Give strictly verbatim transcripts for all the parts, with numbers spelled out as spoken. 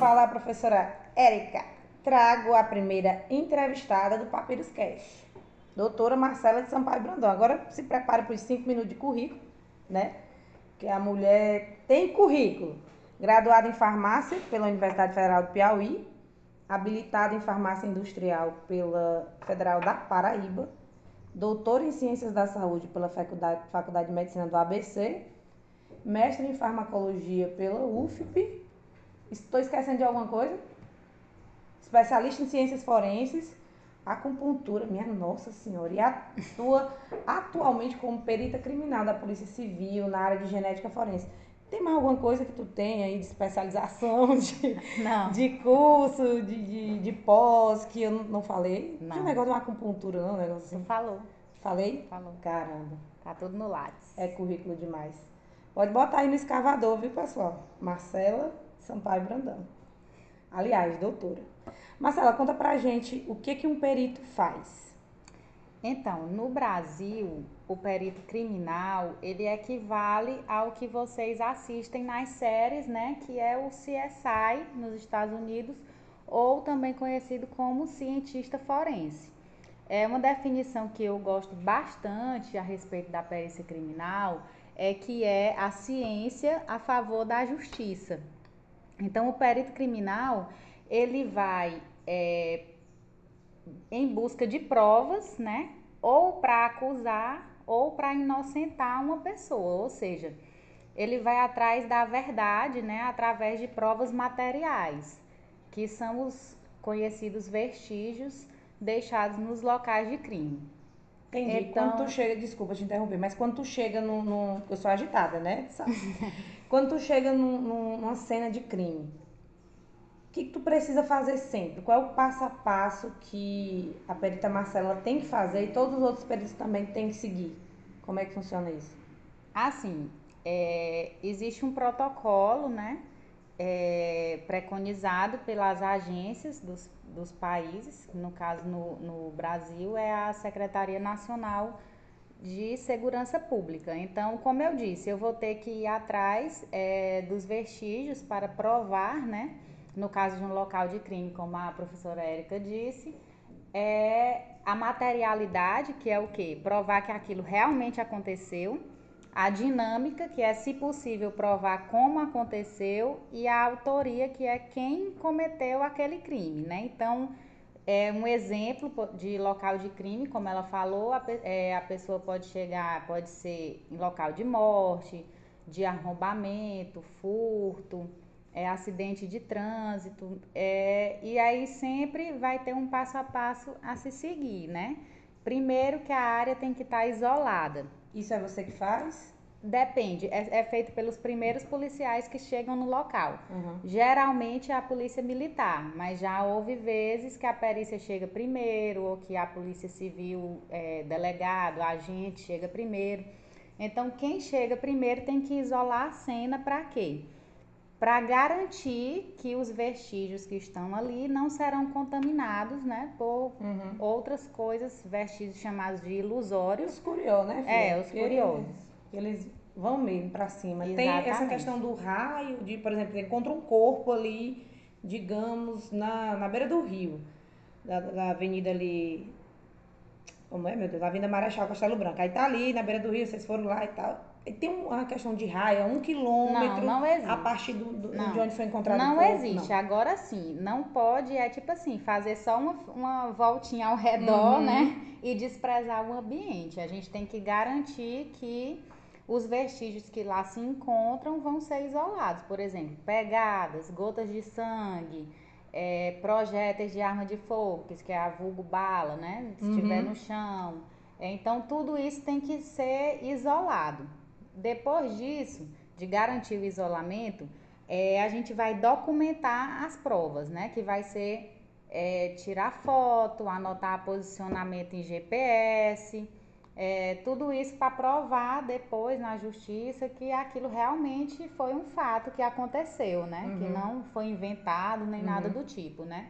falar, professora Érica, trago a primeira entrevistada do Papyrus Cash, doutora Marcela de Sampaio Brandão. Agora se prepare para os cinco minutos de currículo, né? Que a mulher tem currículo. Graduada em farmácia pela Universidade Federal do Piauí, habilitada em farmácia industrial pela Federal da Paraíba, doutora em ciências da saúde pela Faculdade, Faculdade de Medicina do A B C, mestre em farmacologia pela U F P. Estou esquecendo de alguma coisa? Especialista em ciências forenses, acupuntura, minha nossa senhora, e atua atualmente como perita criminal da Polícia Civil na área de genética forense. Tem mais alguma coisa que tu tem aí de especialização, de, Não. de curso, de, de, de pós, que eu não, não falei? Não. Não tem um negócio de uma acupuntura, não, um negócio Você assim. falou. Falei? Falou. Caramba. Tá tudo no Lattes. É currículo demais. Pode botar aí no escavador, viu, pessoal? Marcela Sampaio Brandão. Aliás, doutora. Marcela, conta pra gente o que, que um perito faz. Então, no Brasil, o perito criminal, ele equivale ao que vocês assistem nas séries, né? Que é o C S I nos Estados Unidos, ou também conhecido como cientista forense. É uma definição que eu gosto bastante a respeito da perícia criminal, é que é a ciência a favor da justiça. Então, o perito criminal, ele vai é, em busca de provas, né? Ou para acusar ou para inocentar uma pessoa, ou seja, ele vai atrás da verdade, né? Através de provas materiais, que são os conhecidos vestígios deixados nos locais de crime. Entendi. Então, Quando tu chega, desculpa te interromper, mas quando tu chega num. num eu sou agitada, né? Sabe? Quando tu chega num, num, numa cena de crime, o que, que tu precisa fazer sempre? Qual é o passo a passo que a perita Marcela tem que fazer e todos os outros peritos também têm que seguir? Como é que funciona isso? assim, é, existe um protocolo, né? É, preconizado pelas agências dos, dos países, no caso no, no Brasil é a Secretaria Nacional de Segurança Pública. Então, como eu disse, eu vou ter que ir atrás é, dos vestígios para provar, né? No caso de um local de crime, como a professora Érica disse, é a materialidade, que é o quê? Provar que aquilo realmente aconteceu, a dinâmica, que é, se possível, provar como aconteceu, e a autoria, que é quem cometeu aquele crime, né? Então, é um exemplo de local de crime, como ela falou, a, é, a pessoa pode chegar, pode ser em local de morte, de arrombamento, furto, é, acidente de trânsito, é, e aí sempre vai ter um passo a passo a se seguir, né? Primeiro que a área tem que estar isolada. Isso é você que faz? Depende, é, é feito pelos primeiros policiais que chegam no local. Uhum. Geralmente é a polícia militar, mas já houve vezes que a perícia chega primeiro, ou que a polícia civil, é, delegado, agente chega primeiro. Então, quem chega primeiro tem que isolar a cena para quê? Para garantir que os vestígios que estão ali não serão contaminados, né, por Uhum. outras coisas, vestígios chamados de ilusórios. Os curiosos, né, filha? É, os Porque curiosos. eles vão mesmo pra cima. Tem essa Exatamente. questão do raio, de, por exemplo, encontra um corpo ali, digamos, na, na beira do rio, da, da avenida ali, como é, meu Deus? Avenida Marechal Castelo Branco. Aí tá ali, na beira do rio, vocês foram lá e tal. E tem uma questão de raio, é um Não, quilômetro não a existe. partir do, do- de Não, onde foi encontrado o não corpo, existe. não. Agora sim, não pode, é tipo assim, fazer só uma, uma voltinha ao redor, né? Uhum. E desprezar o ambiente. A gente tem que garantir que os vestígios que lá se encontram vão ser isolados. Por exemplo, pegadas, gotas de sangue, é, projéteis de arma de fogo, que é a vulgo bala, né? Se estiver Uhum. no chão. É, então, tudo isso tem que ser isolado. Depois disso, de garantir o isolamento, é, a gente vai documentar as provas, né? Que vai ser é, tirar foto, anotar posicionamento em G P S, é, tudo isso para provar depois na justiça que aquilo realmente foi um fato que aconteceu, né? Que Uhum. não foi inventado nem nada Uhum. do tipo, né?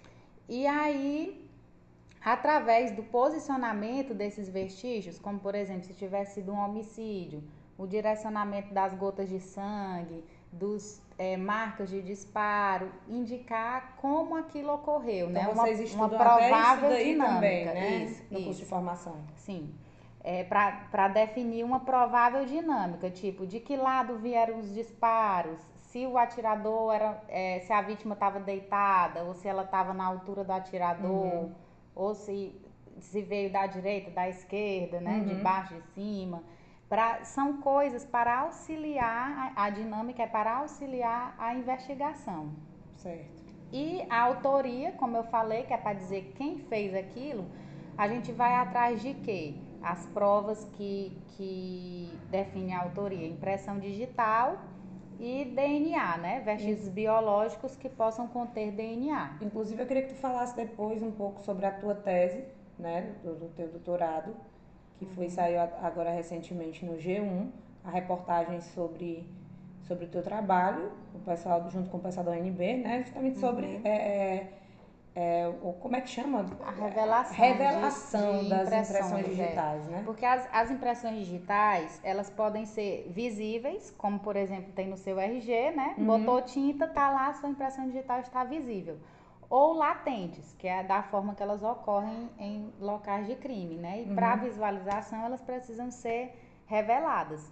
E aí, através do posicionamento desses vestígios, como por exemplo, se tivesse sido um homicídio, o direcionamento das gotas de sangue, dos é, marcas de disparo, indicar como aquilo ocorreu, Então né? vocês Uma, estudam uma até isso provável daí dinâmica. também, né? Isso, No curso de isso. formação. Sim. É, para definir uma provável dinâmica, tipo, de que lado vieram os disparos, se o atirador era, é, se a vítima estava deitada, ou se ela estava na altura do atirador, Uhum. ou se, se veio da direita, da esquerda, né, de Uhum. baixo, de cima. Pra, são coisas para auxiliar, a, a dinâmica é para auxiliar a investigação. Certo. E a autoria, como eu falei, que é para dizer quem fez aquilo, a gente vai atrás de quê? As provas que, que definem a autoria, impressão digital e D N A, né? Vestígios biológicos que possam conter D N A. Inclusive, eu queria que tu falasse depois um pouco sobre a tua tese, né, do, do teu doutorado, que foi, saiu agora recentemente no G um, a reportagem sobre, sobre o teu trabalho, o pessoal, junto com o pessoal da U N B, né, justamente sobre Uhum. é, é, o, como é que chama? A revelação, A revelação de, de das impressões impressões, digitais, é. né? Porque as, as impressões digitais, elas podem ser visíveis, como por exemplo tem no seu R G, né? Uhum. Botou tinta, tá lá, sua impressão digital está visível. Ou latentes, que é da forma que elas ocorrem em locais de crime, né? E Uhum. para visualização elas precisam ser reveladas.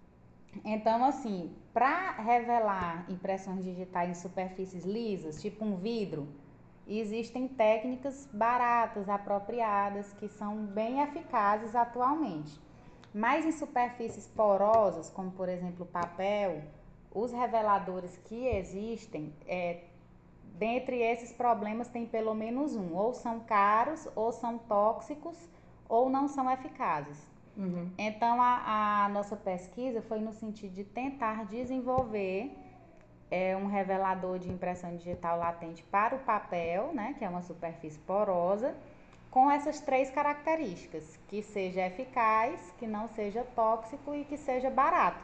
Então, assim, para revelar impressões digitais em superfícies lisas, tipo um vidro, existem técnicas baratas, apropriadas, que são bem eficazes atualmente. Mas em superfícies porosas, como por exemplo o papel, os reveladores que existem, é, dentre esses problemas tem pelo menos um: ou são caros, ou são tóxicos, ou não são eficazes. Uhum. Então a, a nossa pesquisa foi no sentido de tentar desenvolver é, um revelador de impressão digital latente para o papel, né, que é uma superfície porosa, com essas três características: que seja eficaz, que não seja tóxico e que seja barato.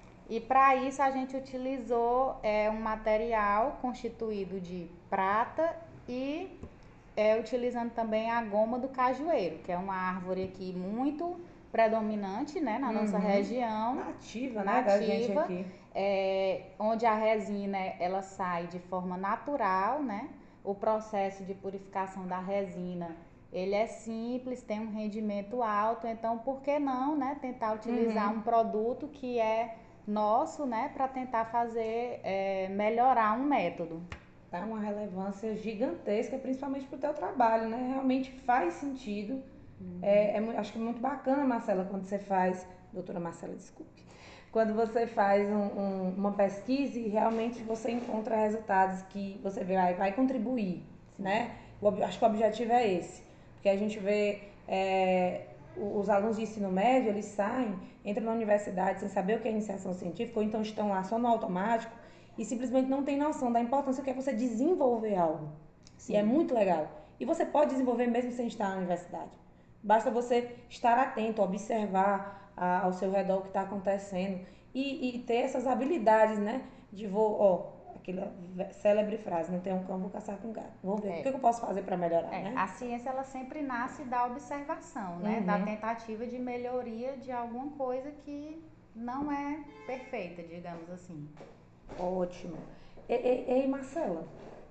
E para isso a gente utilizou é, um material constituído de prata e é, utilizando também a goma do cajueiro, que é uma árvore aqui muito predominante, né, na nossa Uhum. região. Nativa, né, da gente Nativa, aqui. é, onde a resina ela sai de forma natural, né? O processo de purificação da resina ele é simples, tem um rendimento alto, então por que não, né, tentar utilizar Uhum. um produto que é nosso, né, para tentar fazer é, melhorar um método. Dá uma relevância gigantesca, principalmente para o teu trabalho, né? Realmente faz sentido. Uhum. É, é, acho que é muito bacana, Marcela, quando você faz, doutora Marcela, desculpe, quando você faz um, um, uma pesquisa e realmente você encontra resultados que você vai, vai contribuir, sim, né? O, acho que o objetivo é esse, porque a gente vê é, os alunos de ensino médio, eles saem, entram na universidade sem saber o que é iniciação científica, ou então estão lá só no automático e simplesmente não tem noção da importância que é você desenvolver algo. Sim. E é muito legal. E você pode desenvolver mesmo sem estar na universidade. Basta você estar atento, observar a, ao seu redor o que está acontecendo e, e ter essas habilidades, né? De vou, ó, aquela célebre frase, não tem um cão, vou caçar com gato. Vou ver é. o que eu posso fazer para melhorar, é, né? A ciência, ela sempre nasce da observação, né? Uhum. Da tentativa de melhoria de alguma coisa que não é perfeita, digamos assim. Ótimo. Ei, ei Marcela,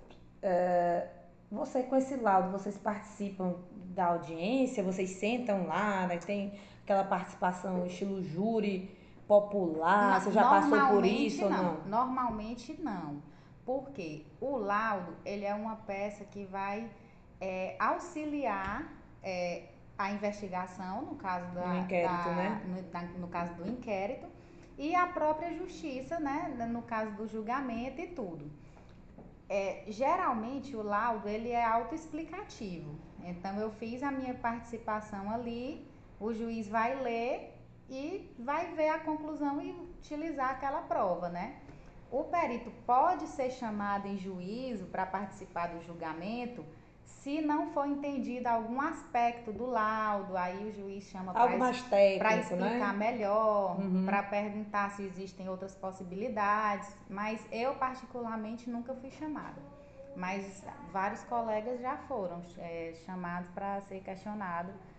é, você com esse laudo, vocês participam da audiência, vocês sentam lá, né? Tem aquela participação estilo júri popular, não, você já passou por isso ou não? Normalmente não, porque o laudo, ele é uma peça que vai é, auxiliar é, a investigação, no caso da, no inquérito, da, né? No, da, no caso do inquérito, e a própria justiça, né? No caso do julgamento e tudo. É, geralmente o laudo ele é autoexplicativo. Então eu fiz a minha participação ali, o juiz vai ler e vai ver a conclusão e utilizar aquela prova, né? O perito pode ser chamado em juízo para participar do julgamento se não for entendido algum aspecto do laudo, aí o juiz chama para explicar, né, melhor, uhum, para perguntar se existem outras possibilidades, mas eu particularmente nunca fui chamada. Mas vários colegas já foram é, chamados para ser questionado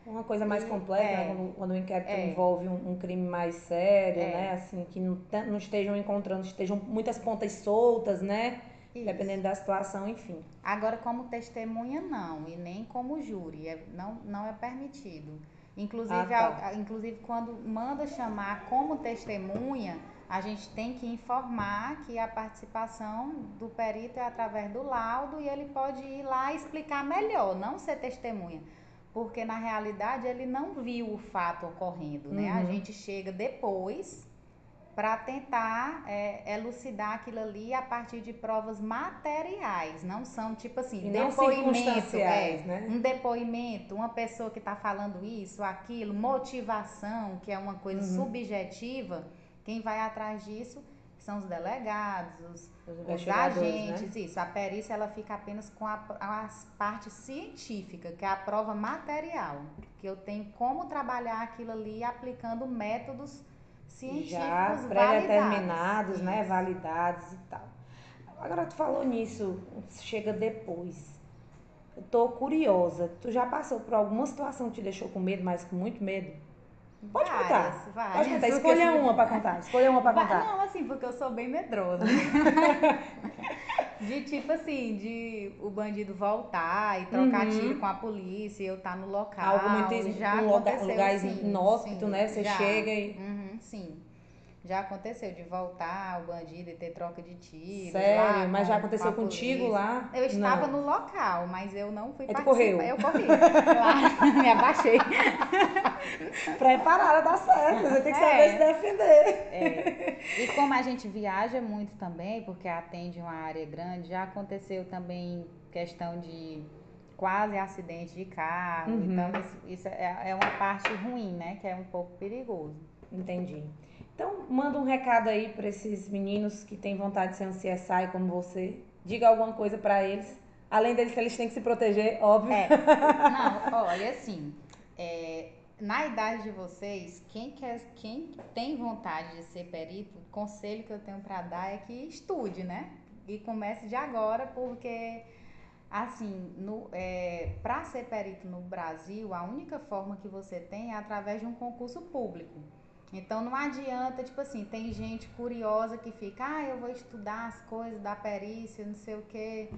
Uma coisa mais E, completa, né? é, Quando, quando o inquérito é, envolve um, um crime mais sério, né? é, Assim, que não, te- não estejam encontrando, estejam muitas pontas soltas, né? isso. Dependendo da situação, enfim. Agora, como testemunha, não, e nem como júri, é- não, não é permitido. Ah, Inclusive, tá. a- a- inclusive, quando manda chamar como testemunha, a gente tem que informar que a participação do perito é através do laudo e ele pode ir lá e explicar melhor, não ser testemunha. Porque na realidade ele não viu o fato ocorrendo, né? A Uhum. gente chega depois para tentar é, elucidar aquilo ali a partir de provas materiais, não são tipo assim, E não depoimento, circunstanciais, é, né? um depoimento, uma pessoa que está falando isso, aquilo, motivação, que é uma coisa Uhum. subjetiva, quem vai atrás disso são os delegados, os, Os os investigadores, né? agentes, isso, a perícia ela fica apenas com a, a parte científica, que é a prova material, que eu tenho como trabalhar aquilo ali aplicando métodos Já científicos validados. pré-determinados, né? Isso. Validados e tal. Agora, tu falou nisso, chega depois. Eu tô curiosa. Tu já passou por alguma situação que te deixou com medo, mas com muito medo? Pode Várias, contar. Pode várias. contar. Porque eu Escolha sou... uma pra contar. Escolha uma pra Não, contar. assim, porque eu sou bem medrosa. De tipo assim, de o bandido voltar e trocar tiro Uhum. com a polícia e eu estar no Algo muito local. is- Já um lugar, aconteceu, lugar sim, inóspito, sim, né? Você já. chega e. Uhum, sim. Já aconteceu de voltar o bandido e ter troca de tiros lá Sério, mas já com, com a aconteceu contigo polícia. lá? Eu estava Não. no local, mas eu não fui Aí tu participar. correu. Eu corri. Lá, me abaixei. Preparada, dá certo. Você tem que saber se É, é. defender. E como a gente viaja muito também, porque atende uma área grande, já aconteceu também questão de quase acidente de carro. Então, Uhum. isso, isso é, é uma parte ruim, né? Que é um pouco perigoso. Entendi. Então, manda um recado aí pra esses meninos que têm vontade de ser um C S I como você. Diga alguma coisa pra eles. Além deles que eles têm que se proteger, óbvio. É, não, olha, assim, é, na idade de vocês, quem quer, quem tem vontade de ser perito, o conselho que eu tenho para dar é que estude, né? E comece de agora, porque assim, no, é, para ser perito no Brasil, a única forma que você tem é através de um concurso público. Então não adianta, tipo assim, tem gente curiosa que fica, ah, eu vou estudar as coisas da perícia, não sei o quê.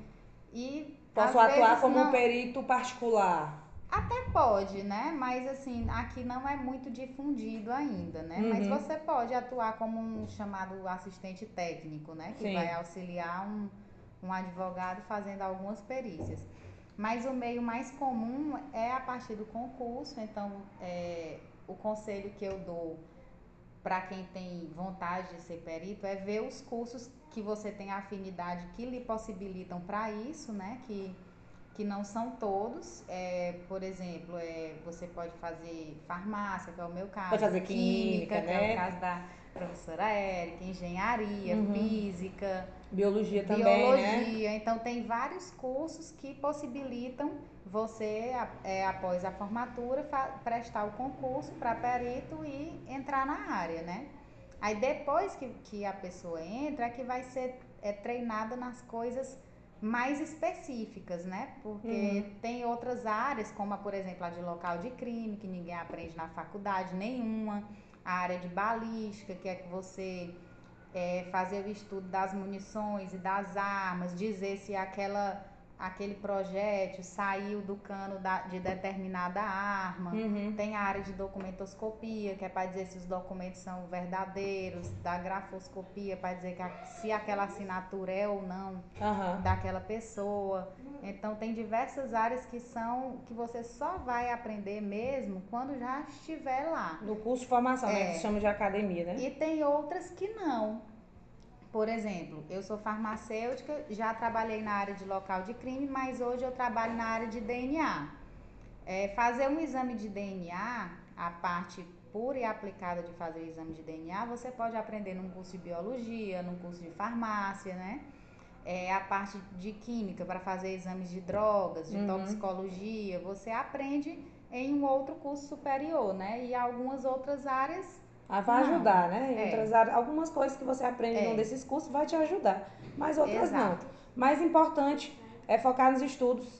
E Posso às atuar vezes como um não, perito particular. até pode, né? Mas assim, aqui não é muito difundido ainda, né? Mas Uhum. você pode atuar como um chamado assistente técnico, né? Que vai Sim. auxiliar um, um advogado fazendo algumas perícias. Mas o meio mais comum é a partir do concurso, então é, o conselho que eu dou para quem tem vontade de ser perito é ver os cursos que você tem afinidade que lhe possibilitam para isso, né? Que que não são todos. É, por exemplo, é, você pode fazer farmácia, que é o meu Pode caso, fazer química, química, que é o né? caso da professora Érica, engenharia, Uhum. física, Biologia também, né? biologia. Então, tem vários cursos que possibilitam você, é, após a formatura, prestar o concurso para perito e entrar na área, né? Aí, depois que, que a pessoa entra, é que vai ser é, treinada nas coisas mais específicas, né? Uhum. Porque tem outras áreas, como, por exemplo, a de local de crime, que ninguém aprende na faculdade nenhuma, a área de balística, que é que você é, fazer o estudo das munições e das armas, dizer se aquela, aquele projétil saiu do cano da, de determinada arma. Uhum. Tem a área de documentoscopia, que é para dizer se os documentos são verdadeiros, da grafoscopia, para dizer que a, se aquela assinatura é ou não Aham. daquela pessoa. Então tem diversas áreas que são que você só vai aprender mesmo quando já estiver lá. No curso de formação, né? Que se É, chama de academia, né? e tem outras que não. Por exemplo, eu sou farmacêutica, já trabalhei na área de local de crime, mas hoje eu trabalho na área de D N A. É, fazer um exame de D N A, a parte pura e aplicada de fazer o exame de D N A, você pode aprender num curso de biologia, num curso de farmácia, né? É, a parte de química para fazer exames de drogas, de Uhum. toxicologia, você aprende em um outro curso superior, né? E algumas outras áreas, Ah, vai não. ajudar, né? Em É, outras áreas, algumas coisas que você aprende num é, desses cursos vai te ajudar, mas outras não. exato. Mais importante é focar nos estudos,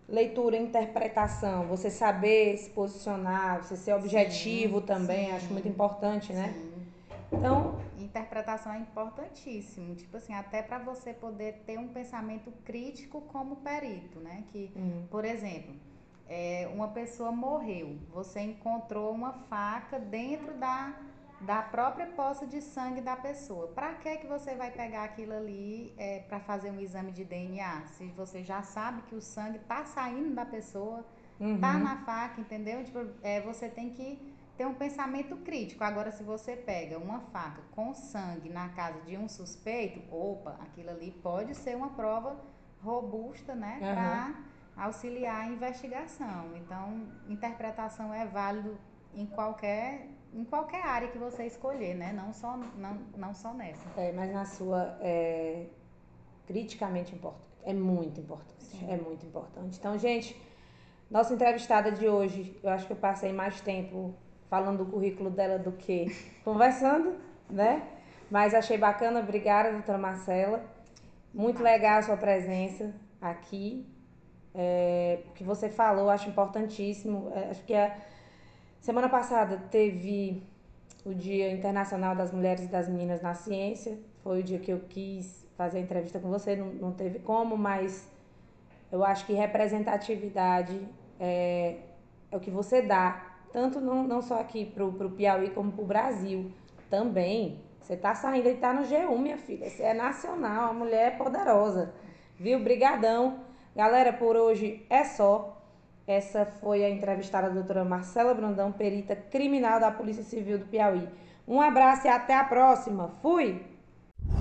leitura, interpretação, você saber se posicionar, você ser objetivo Sim, também, sim, acho muito importante, né? sim. Então, Interpretação é importantíssimo, tipo assim, até para você poder ter um pensamento crítico como perito, né? Que, hum, por exemplo, é, uma pessoa morreu, você encontrou uma faca dentro da, da própria poça de sangue da pessoa. Para que que você vai pegar aquilo ali é, para fazer um exame de D N A? Se você já sabe que o sangue tá saindo da pessoa, tá uhum, na faca, entendeu? Tipo, é, você tem que ter um pensamento crítico. Agora, se você pega uma faca com sangue na casa de um suspeito, opa, aquilo ali pode ser uma prova robusta, né, aham. para auxiliar a investigação. Então, interpretação é válido em qualquer em qualquer área que você escolher, né? Não só não, não só nessa. É, mas na sua é criticamente importante. É muito importante. É Sim. muito importante. Então, gente, nossa entrevistada de hoje, eu acho que eu passei mais tempo falando do currículo dela do que conversando, né? Mas achei bacana, obrigada, doutora Marcela. De Muito nada, legal a Tiago. sua presença aqui. É, o que você falou, acho importantíssimo. É, acho que a semana passada teve o Dia Internacional das Mulheres e das Meninas na Ciência. Foi o dia que eu quis fazer a entrevista com você, não, não teve como, mas eu acho que representatividade é, é o que você dá, tanto não, não só aqui pro, pro Piauí, como pro Brasil também. Você tá saindo e tá no G um, minha filha. Você é nacional, uma mulher poderosa. Viu? Brigadão. Galera, por hoje é só. Essa foi a entrevistada da doutora Marcela Brandão, perita criminal da Polícia Civil do Piauí. Um abraço e até a próxima. Fui!